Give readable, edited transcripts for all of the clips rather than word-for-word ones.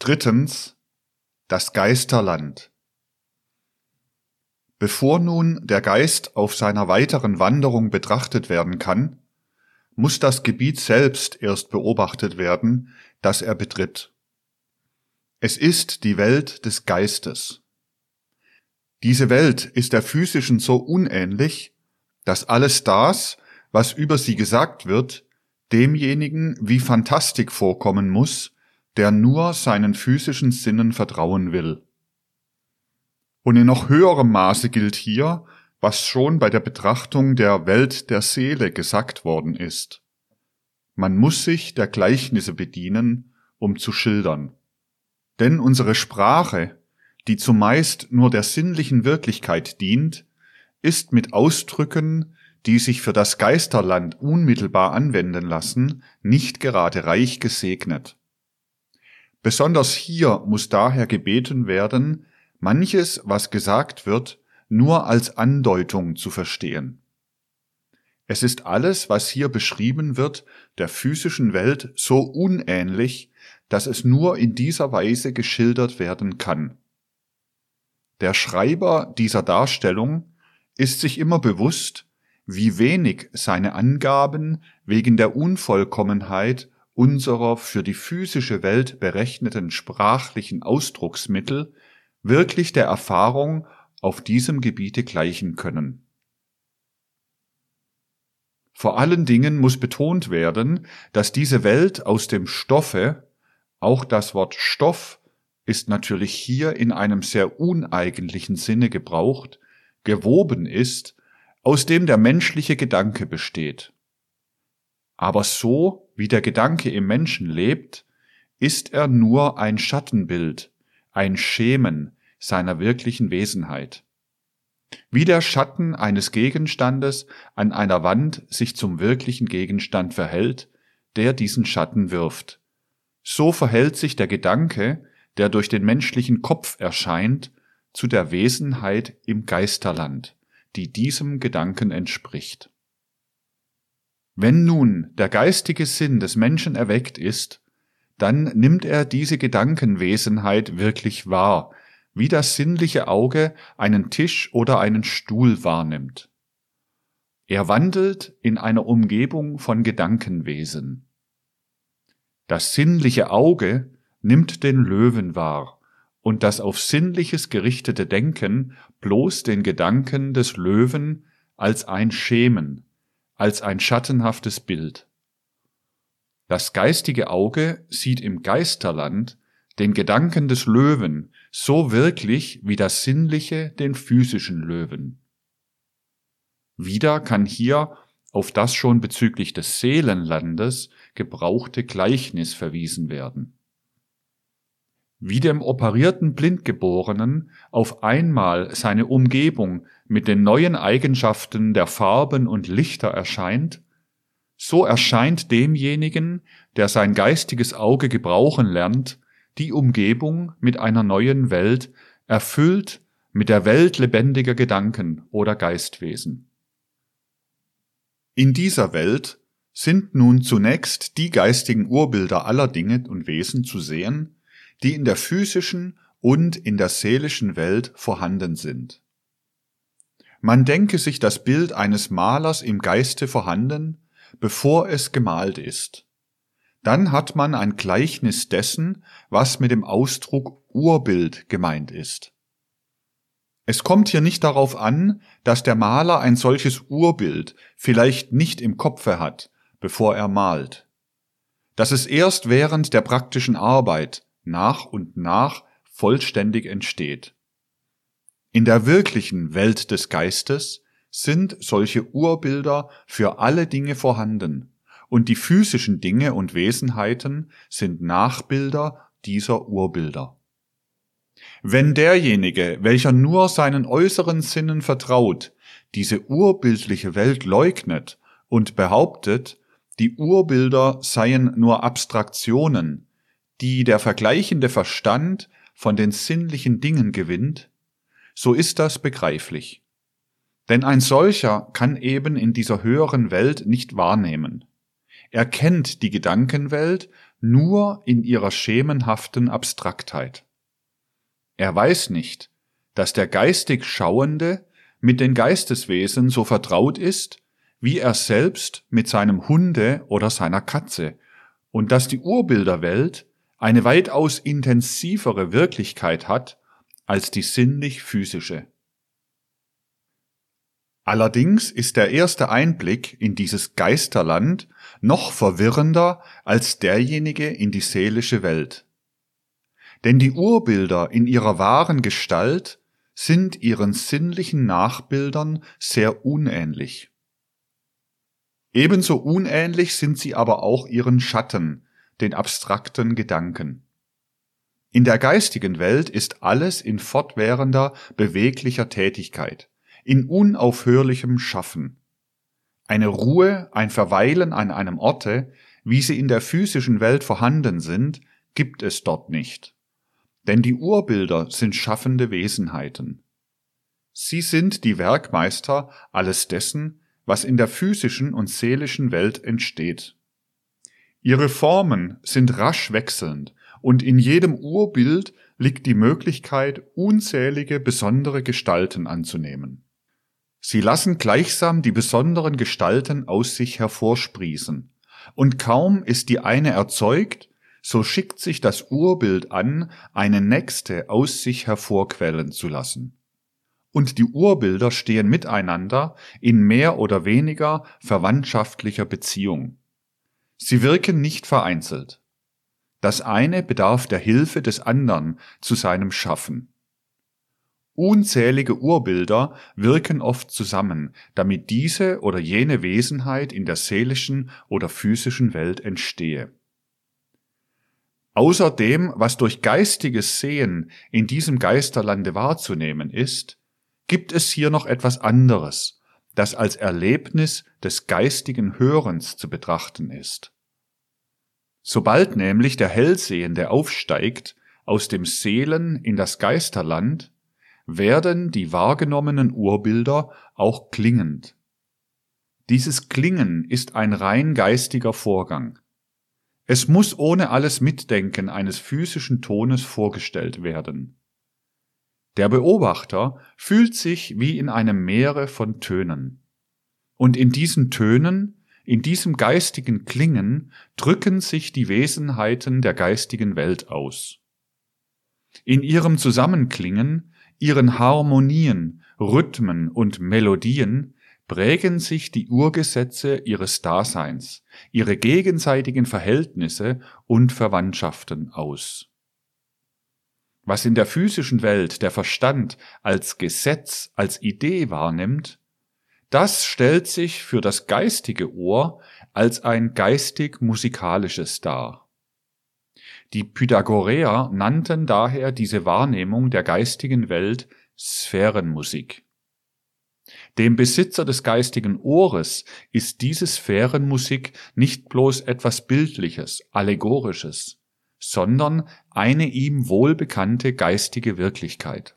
Drittens, das Geisterland. Bevor nun der Geist auf seiner weiteren Wanderung betrachtet werden kann, muss das Gebiet selbst erst beobachtet werden, das er betritt. Es ist die Welt des Geistes. Diese Welt ist der physischen so unähnlich, dass alles das, was über sie gesagt wird, demjenigen wie Phantastik vorkommen muss, der nur seinen physischen Sinnen vertrauen will. Und in noch höherem Maße gilt hier, was schon bei der Betrachtung der Welt der Seele gesagt worden ist. Man muss sich der Gleichnisse bedienen, um zu schildern. Denn unsere Sprache, die zumeist nur der sinnlichen Wirklichkeit dient, ist mit Ausdrücken, die sich für das Geisterland unmittelbar anwenden lassen, nicht gerade reich gesegnet. Besonders hier muss daher gebeten werden, manches, was gesagt wird, nur als Andeutung zu verstehen. Es ist alles, was hier beschrieben wird, der physischen Welt so unähnlich, dass es nur in dieser Weise geschildert werden kann. Der Schreiber dieser Darstellung ist sich immer bewusst, wie wenig seine Angaben wegen der Unvollkommenheit unserer für die physische Welt berechneten sprachlichen Ausdrucksmittel wirklich der Erfahrung auf diesem Gebiete gleichen können. Vor allen Dingen muss betont werden, dass diese Welt aus dem Stoffe, auch das Wort Stoff ist natürlich hier in einem sehr uneigentlichen Sinne gebraucht, gewoben ist, aus dem der menschliche Gedanke besteht. Aber so, wie der Gedanke im Menschen lebt, ist er nur ein Schattenbild, ein Schemen seiner wirklichen Wesenheit. Wie der Schatten eines Gegenstandes an einer Wand sich zum wirklichen Gegenstand verhält, der diesen Schatten wirft. So verhält sich der Gedanke, der durch den menschlichen Kopf erscheint, zu der Wesenheit im Geisterland, die diesem Gedanken entspricht. Wenn nun der geistige Sinn des Menschen erweckt ist, dann nimmt er diese Gedankenwesenheit wirklich wahr, wie das sinnliche Auge einen Tisch oder einen Stuhl wahrnimmt. Er wandelt in einer Umgebung von Gedankenwesen. Das sinnliche Auge nimmt den Löwen wahr und das auf Sinnliches gerichtete Denken bloß den Gedanken des Löwen als ein Schemen, als ein schattenhaftes Bild. Das geistige Auge sieht im Geisterland den Gedanken des Löwen so wirklich wie das Sinnliche den physischen Löwen. Wieder kann hier auf das schon bezüglich des Seelenlandes gebrauchte Gleichnis verwiesen werden. Wie dem operierten Blindgeborenen auf einmal seine Umgebung mit den neuen Eigenschaften der Farben und Lichter erscheint, so erscheint demjenigen, der sein geistiges Auge gebrauchen lernt, die Umgebung mit einer neuen Welt, erfüllt mit der Welt lebendiger Gedanken oder Geistwesen. In dieser Welt sind nun zunächst die geistigen Urbilder aller Dinge und Wesen zu sehen, die in der physischen und in der seelischen Welt vorhanden sind. Man denke sich das Bild eines Malers im Geiste vorhanden, bevor es gemalt ist. Dann hat man ein Gleichnis dessen, was mit dem Ausdruck Urbild gemeint ist. Es kommt hier nicht darauf an, dass der Maler ein solches Urbild vielleicht nicht im Kopfe hat, bevor er malt. Dass es erst während der praktischen Arbeit nach und nach vollständig entsteht. In der wirklichen Welt des Geistes sind solche Urbilder für alle Dinge vorhanden, und die physischen Dinge und Wesenheiten sind Nachbilder dieser Urbilder. Wenn derjenige, welcher nur seinen äußeren Sinnen vertraut, diese urbildliche Welt leugnet und behauptet, die Urbilder seien nur Abstraktionen, die der vergleichende Verstand von den sinnlichen Dingen gewinnt, so ist das begreiflich. Denn ein solcher kann eben in dieser höheren Welt nicht wahrnehmen. Er kennt die Gedankenwelt nur in ihrer schemenhaften Abstraktheit. Er weiß nicht, dass der geistig Schauende mit den Geisteswesen so vertraut ist, wie er selbst mit seinem Hunde oder seiner Katze, und dass die Urbilderwelt eine weitaus intensivere Wirklichkeit hat als die sinnlich-physische. Allerdings ist der erste Einblick in dieses Geisterland noch verwirrender als derjenige in die seelische Welt. Denn die Urbilder in ihrer wahren Gestalt sind ihren sinnlichen Nachbildern sehr unähnlich. Ebenso unähnlich sind sie aber auch ihren Schatten, den abstrakten Gedanken. In der geistigen Welt ist alles in fortwährender, beweglicher Tätigkeit, in unaufhörlichem Schaffen. Eine Ruhe, ein Verweilen an einem Orte, wie sie in der physischen Welt vorhanden sind, gibt es dort nicht. Denn die Urbilder sind schaffende Wesenheiten. Sie sind die Werkmeister alles dessen, was in der physischen und seelischen Welt entsteht. Ihre Formen sind rasch wechselnd, und in jedem Urbild liegt die Möglichkeit, unzählige besondere Gestalten anzunehmen. Sie lassen gleichsam die besonderen Gestalten aus sich hervorsprießen, und kaum ist die eine erzeugt, so schickt sich das Urbild an, eine nächste aus sich hervorquellen zu lassen. Und die Urbilder stehen miteinander in mehr oder weniger verwandtschaftlicher Beziehung. Sie wirken nicht vereinzelt. Das eine bedarf der Hilfe des anderen zu seinem Schaffen. Unzählige Urbilder wirken oft zusammen, damit diese oder jene Wesenheit in der seelischen oder physischen Welt entstehe. Außer dem, was durch geistiges Sehen in diesem Geisterlande wahrzunehmen ist, gibt es hier noch etwas anderes, das als Erlebnis des geistigen Hörens zu betrachten ist. Sobald nämlich der Hellsehende aufsteigt aus dem Seelen in das Geisterland, werden die wahrgenommenen Urbilder auch klingend. Dieses Klingen ist ein rein geistiger Vorgang. Es muss ohne alles Mitdenken eines physischen Tones vorgestellt werden. Der Beobachter fühlt sich wie in einem Meere von Tönen. Und in diesen Tönen, in diesem geistigen Klingen, drücken sich die Wesenheiten der geistigen Welt aus. In ihrem Zusammenklingen, ihren Harmonien, Rhythmen und Melodien prägen sich die Urgesetze ihres Daseins, ihre gegenseitigen Verhältnisse und Verwandtschaften aus. Was in der physischen Welt der Verstand als Gesetz, als Idee wahrnimmt, das stellt sich für das geistige Ohr als ein geistig-musikalisches dar. Die Pythagoreer nannten daher diese Wahrnehmung der geistigen Welt Sphärenmusik. Dem Besitzer des geistigen Ohres ist diese Sphärenmusik nicht bloß etwas Bildliches, Allegorisches, sondern eine ihm wohlbekannte geistige Wirklichkeit.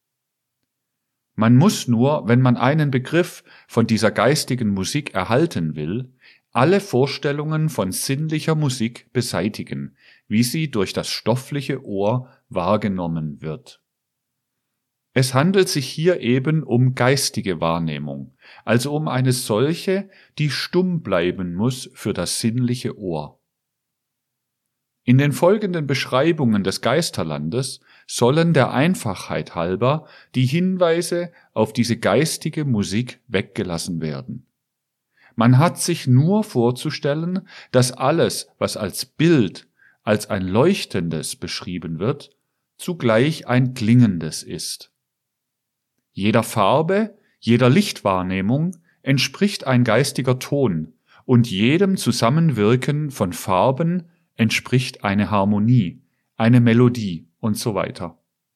Man muss nur, wenn man einen Begriff von dieser geistigen Musik erhalten will, alle Vorstellungen von sinnlicher Musik beseitigen, wie sie durch das stoffliche Ohr wahrgenommen wird. Es handelt sich hier eben um geistige Wahrnehmung, also um eine solche, die stumm bleiben muss für das sinnliche Ohr. In den folgenden Beschreibungen des Geisterlandes sollen der Einfachheit halber die Hinweise auf diese geistige Musik weggelassen werden. Man hat sich nur vorzustellen, dass alles, was als Bild, als ein Leuchtendes beschrieben wird, zugleich ein Klingendes ist. Jeder Farbe, jeder Lichtwahrnehmung entspricht ein geistiger Ton, und jedem Zusammenwirken von Farben entspricht eine Harmonie, eine Melodie und so weiter.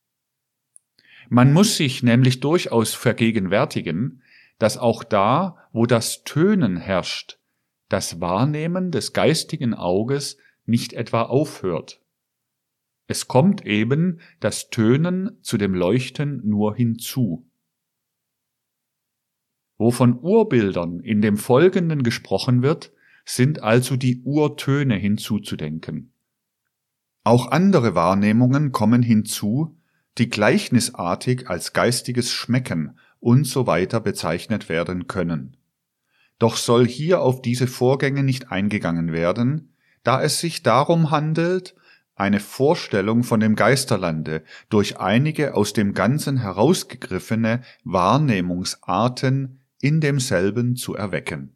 Man muss sich nämlich durchaus vergegenwärtigen, dass auch da, wo das Tönen herrscht, das Wahrnehmen des geistigen Auges nicht etwa aufhört. Es kommt eben das Tönen zu dem Leuchten nur hinzu. Wo von Urbildern in dem Folgenden gesprochen wird, sind also die Urtöne hinzuzudenken. Auch andere Wahrnehmungen kommen hinzu, die gleichnisartig als geistiges Schmecken und so weiter bezeichnet werden können. Doch soll hier auf diese Vorgänge nicht eingegangen werden, da es sich darum handelt, eine Vorstellung von dem Geisterlande durch einige aus dem Ganzen herausgegriffene Wahrnehmungsarten in demselben zu erwecken.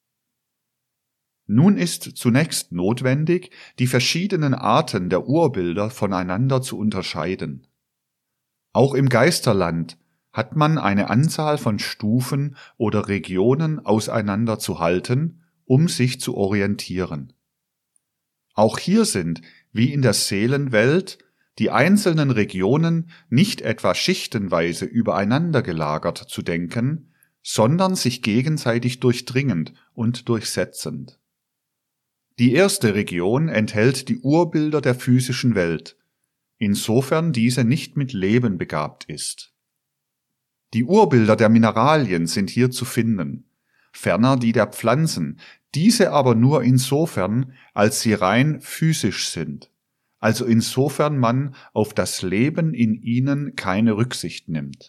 Nun ist zunächst notwendig, die verschiedenen Arten der Urbilder voneinander zu unterscheiden. Auch im Geisterland hat man eine Anzahl von Stufen oder Regionen auseinanderzuhalten, um sich zu orientieren. Auch hier sind, wie in der Seelenwelt, die einzelnen Regionen nicht etwa schichtenweise übereinander gelagert zu denken, sondern sich gegenseitig durchdringend und durchsetzend. Die erste Region enthält die Urbilder der physischen Welt, insofern diese nicht mit Leben begabt ist. Die Urbilder der Mineralien sind hier zu finden, ferner die der Pflanzen, diese aber nur insofern, als sie rein physisch sind, also insofern man auf das Leben in ihnen keine Rücksicht nimmt.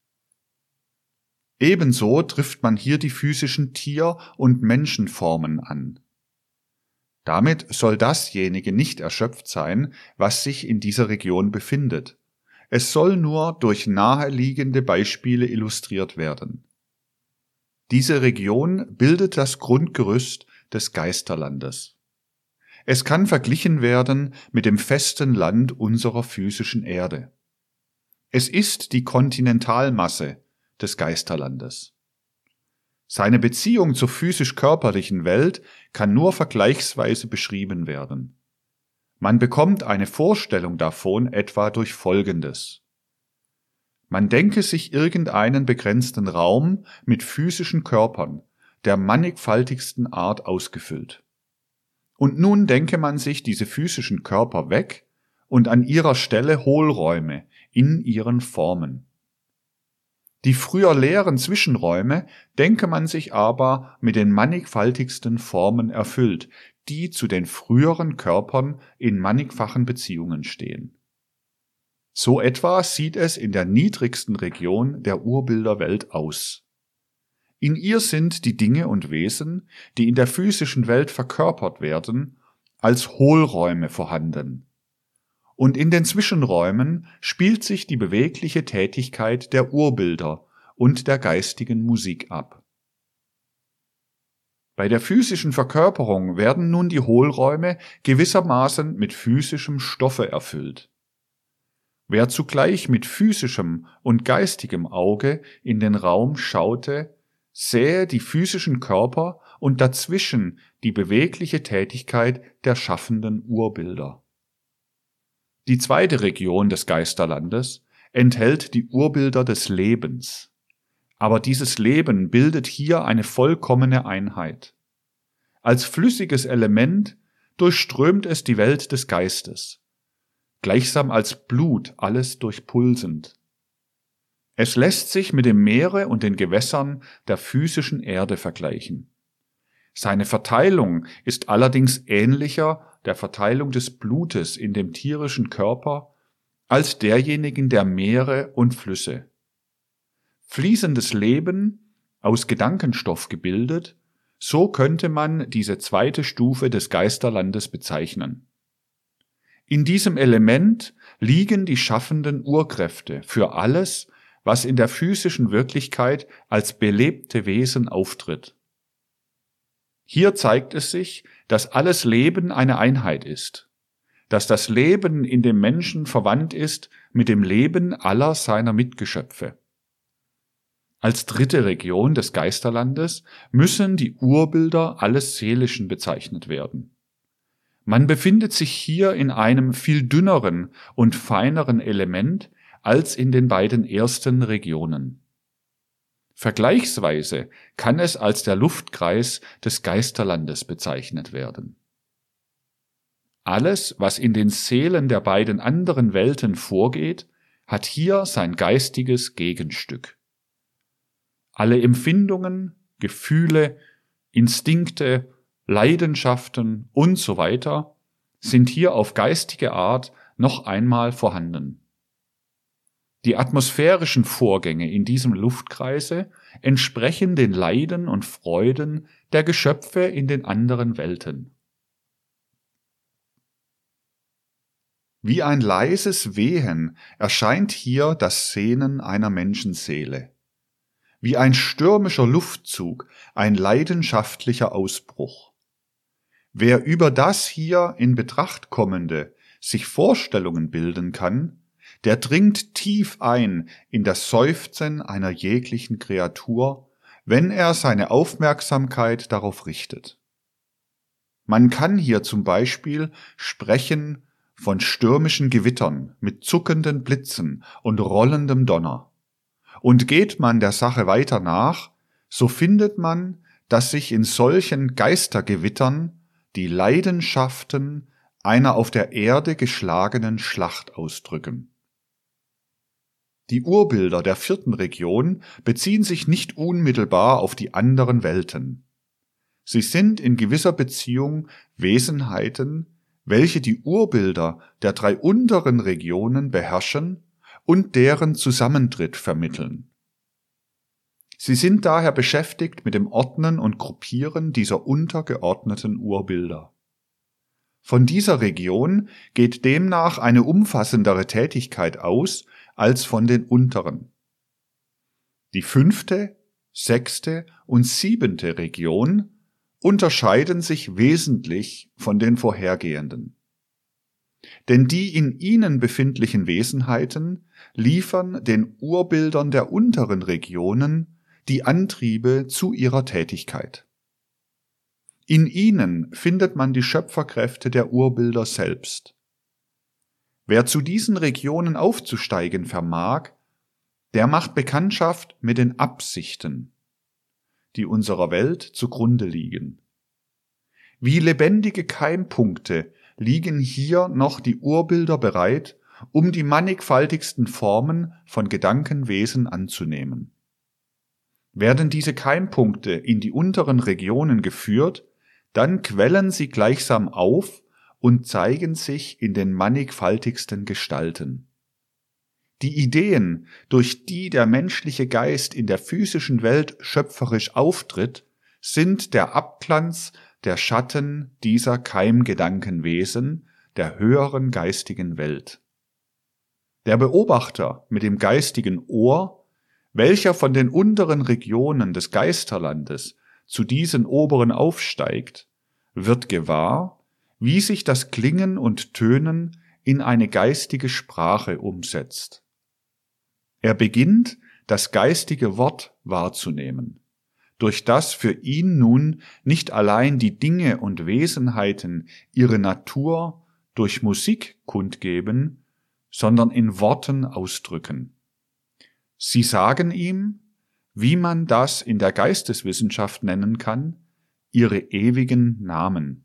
Ebenso trifft man hier die physischen Tier- und Menschenformen an. Damit soll dasjenige nicht erschöpft sein, was sich in dieser Region befindet. Es soll nur durch naheliegende Beispiele illustriert werden. Diese Region bildet das Grundgerüst des Geisterlandes. Es kann verglichen werden mit dem festen Land unserer physischen Erde. Es ist die Kontinentalmasse des Geisterlandes. Seine Beziehung zur physisch-körperlichen Welt kann nur vergleichsweise beschrieben werden. Man bekommt eine Vorstellung davon etwa durch Folgendes. Man denke sich irgendeinen begrenzten Raum mit physischen Körpern, der mannigfaltigsten Art ausgefüllt. Und nun denke man sich diese physischen Körper weg und an ihrer Stelle Hohlräume in ihren Formen. Die früher leeren Zwischenräume denke man sich aber mit den mannigfaltigsten Formen erfüllt, die zu den früheren Körpern in mannigfachen Beziehungen stehen. So etwa sieht es in der niedrigsten Region der Urbilderwelt aus. In ihr sind die Dinge und Wesen, die in der physischen Welt verkörpert werden, als Hohlräume vorhanden. Und in den Zwischenräumen spielt sich die bewegliche Tätigkeit der Urbilder und der geistigen Musik ab. Bei der physischen Verkörperung werden nun die Hohlräume gewissermaßen mit physischem Stoffe erfüllt. Wer zugleich mit physischem und geistigem Auge in den Raum schaute, sähe die physischen Körper und dazwischen die bewegliche Tätigkeit der schaffenden Urbilder. Die zweite Region des Geisterlandes enthält die Urbilder des Lebens. Aber dieses Leben bildet hier eine vollkommene Einheit. Als flüssiges Element durchströmt es die Welt des Geistes, gleichsam als Blut alles durchpulsend. Es lässt sich mit dem Meere und den Gewässern der physischen Erde vergleichen. Seine Verteilung ist allerdings ähnlicher der Verteilung des Blutes in dem tierischen Körper als derjenigen der Meere und Flüsse. Fließendes Leben, aus Gedankenstoff gebildet, so könnte man diese zweite Stufe des Geisterlandes bezeichnen. In diesem Element liegen die schaffenden Urkräfte für alles, was in der physischen Wirklichkeit als belebte Wesen auftritt. Hier zeigt es sich, dass alles Leben eine Einheit ist, dass das Leben in dem Menschen verwandt ist mit dem Leben aller seiner Mitgeschöpfe. Als dritte Region des Geisterlandes müssen die Urbilder alles Seelischen bezeichnet werden. Man befindet sich hier in einem viel dünneren und feineren Element als in den beiden ersten Regionen. Vergleichsweise kann es als der Luftkreis des Geisterlandes bezeichnet werden. Alles, was in den Seelen der beiden anderen Welten vorgeht, hat hier sein geistiges Gegenstück. Alle Empfindungen, Gefühle, Instinkte, Leidenschaften und so weiter sind hier auf geistige Art noch einmal vorhanden. Die atmosphärischen Vorgänge in diesem Luftkreise entsprechen den Leiden und Freuden der Geschöpfe in den anderen Welten. Wie ein leises Wehen erscheint hier das Sehnen einer Menschenseele. Wie ein stürmischer Luftzug, ein leidenschaftlicher Ausbruch. Wer über das hier in Betracht kommende sich Vorstellungen bilden kann, der dringt tief ein in das Seufzen einer jeglichen Kreatur, wenn er seine Aufmerksamkeit darauf richtet. Man kann hier zum Beispiel sprechen von stürmischen Gewittern mit zuckenden Blitzen und rollendem Donner. Und geht man der Sache weiter nach, so findet man, dass sich in solchen Geistergewittern die Leidenschaften einer auf der Erde geschlagenen Schlacht ausdrücken. Die Urbilder der 4. Region beziehen sich nicht unmittelbar auf die anderen Welten. Sie sind in gewisser Beziehung Wesenheiten, welche die Urbilder der 3 unteren Regionen beherrschen und deren Zusammentritt vermitteln. Sie sind daher beschäftigt mit dem Ordnen und Gruppieren dieser untergeordneten Urbilder. Von dieser Region geht demnach eine umfassendere Tätigkeit aus als von den unteren. Die 5., 6. und 7. Region unterscheiden sich wesentlich von den vorhergehenden. Denn die in ihnen befindlichen Wesenheiten liefern den Urbildern der unteren Regionen die Antriebe zu ihrer Tätigkeit. In ihnen findet man die Schöpferkräfte der Urbilder selbst. Wer zu diesen Regionen aufzusteigen vermag, der macht Bekanntschaft mit den Absichten, die unserer Welt zugrunde liegen. Wie lebendige Keimpunkte liegen hier noch die Urbilder bereit, um die mannigfaltigsten Formen von Gedankenwesen anzunehmen. Werden diese Keimpunkte in die unteren Regionen geführt, dann quellen sie gleichsam auf und zeigen sich in den mannigfaltigsten Gestalten. Die Ideen, durch die der menschliche Geist in der physischen Welt schöpferisch auftritt, sind der Abglanz der Schatten dieser Keimgedankenwesen der höheren geistigen Welt. Der Beobachter mit dem geistigen Ohr, welcher von den unteren Regionen des Geisterlandes zu diesen oberen aufsteigt, wird gewahr, wie sich das Klingen und Tönen in eine geistige Sprache umsetzt. Er beginnt, das geistige Wort wahrzunehmen, durch das für ihn nun nicht allein die Dinge und Wesenheiten ihre Natur durch Musik kundgeben, sondern in Worten ausdrücken. Sie sagen ihm, wie man das in der Geisteswissenschaft nennen kann, ihre ewigen Namen.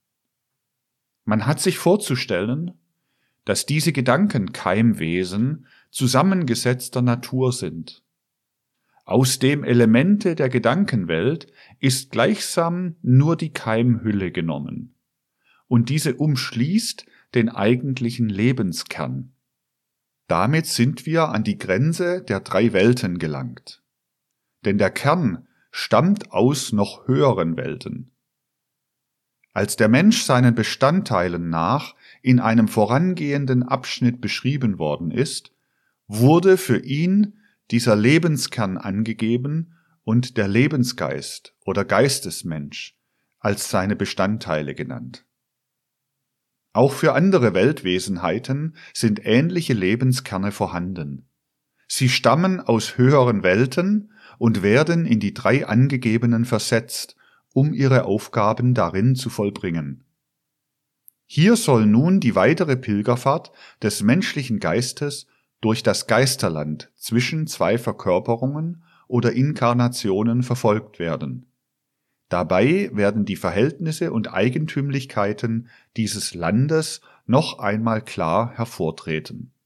Man hat sich vorzustellen, dass diese Gedankenkeimwesen zusammengesetzter Natur sind. Aus dem Elemente der Gedankenwelt ist gleichsam nur die Keimhülle genommen, und diese umschließt den eigentlichen Lebenskern. Damit sind wir an die Grenze der 3 Welten gelangt. Denn der Kern stammt aus noch höheren Welten. Als der Mensch seinen Bestandteilen nach in einem vorangehenden Abschnitt beschrieben worden ist, wurde für ihn dieser Lebenskern angegeben und der Lebensgeist oder Geistesmensch als seine Bestandteile genannt. Auch für andere Weltwesenheiten sind ähnliche Lebenskerne vorhanden. Sie stammen aus höheren Welten und werden in die 3 angegebenen versetzt, um ihre Aufgaben darin zu vollbringen. Hier soll nun die weitere Pilgerfahrt des menschlichen Geistes durch das Geisterland zwischen 2 Verkörperungen oder Inkarnationen verfolgt werden. Dabei werden die Verhältnisse und Eigentümlichkeiten dieses Landes noch einmal klar hervortreten.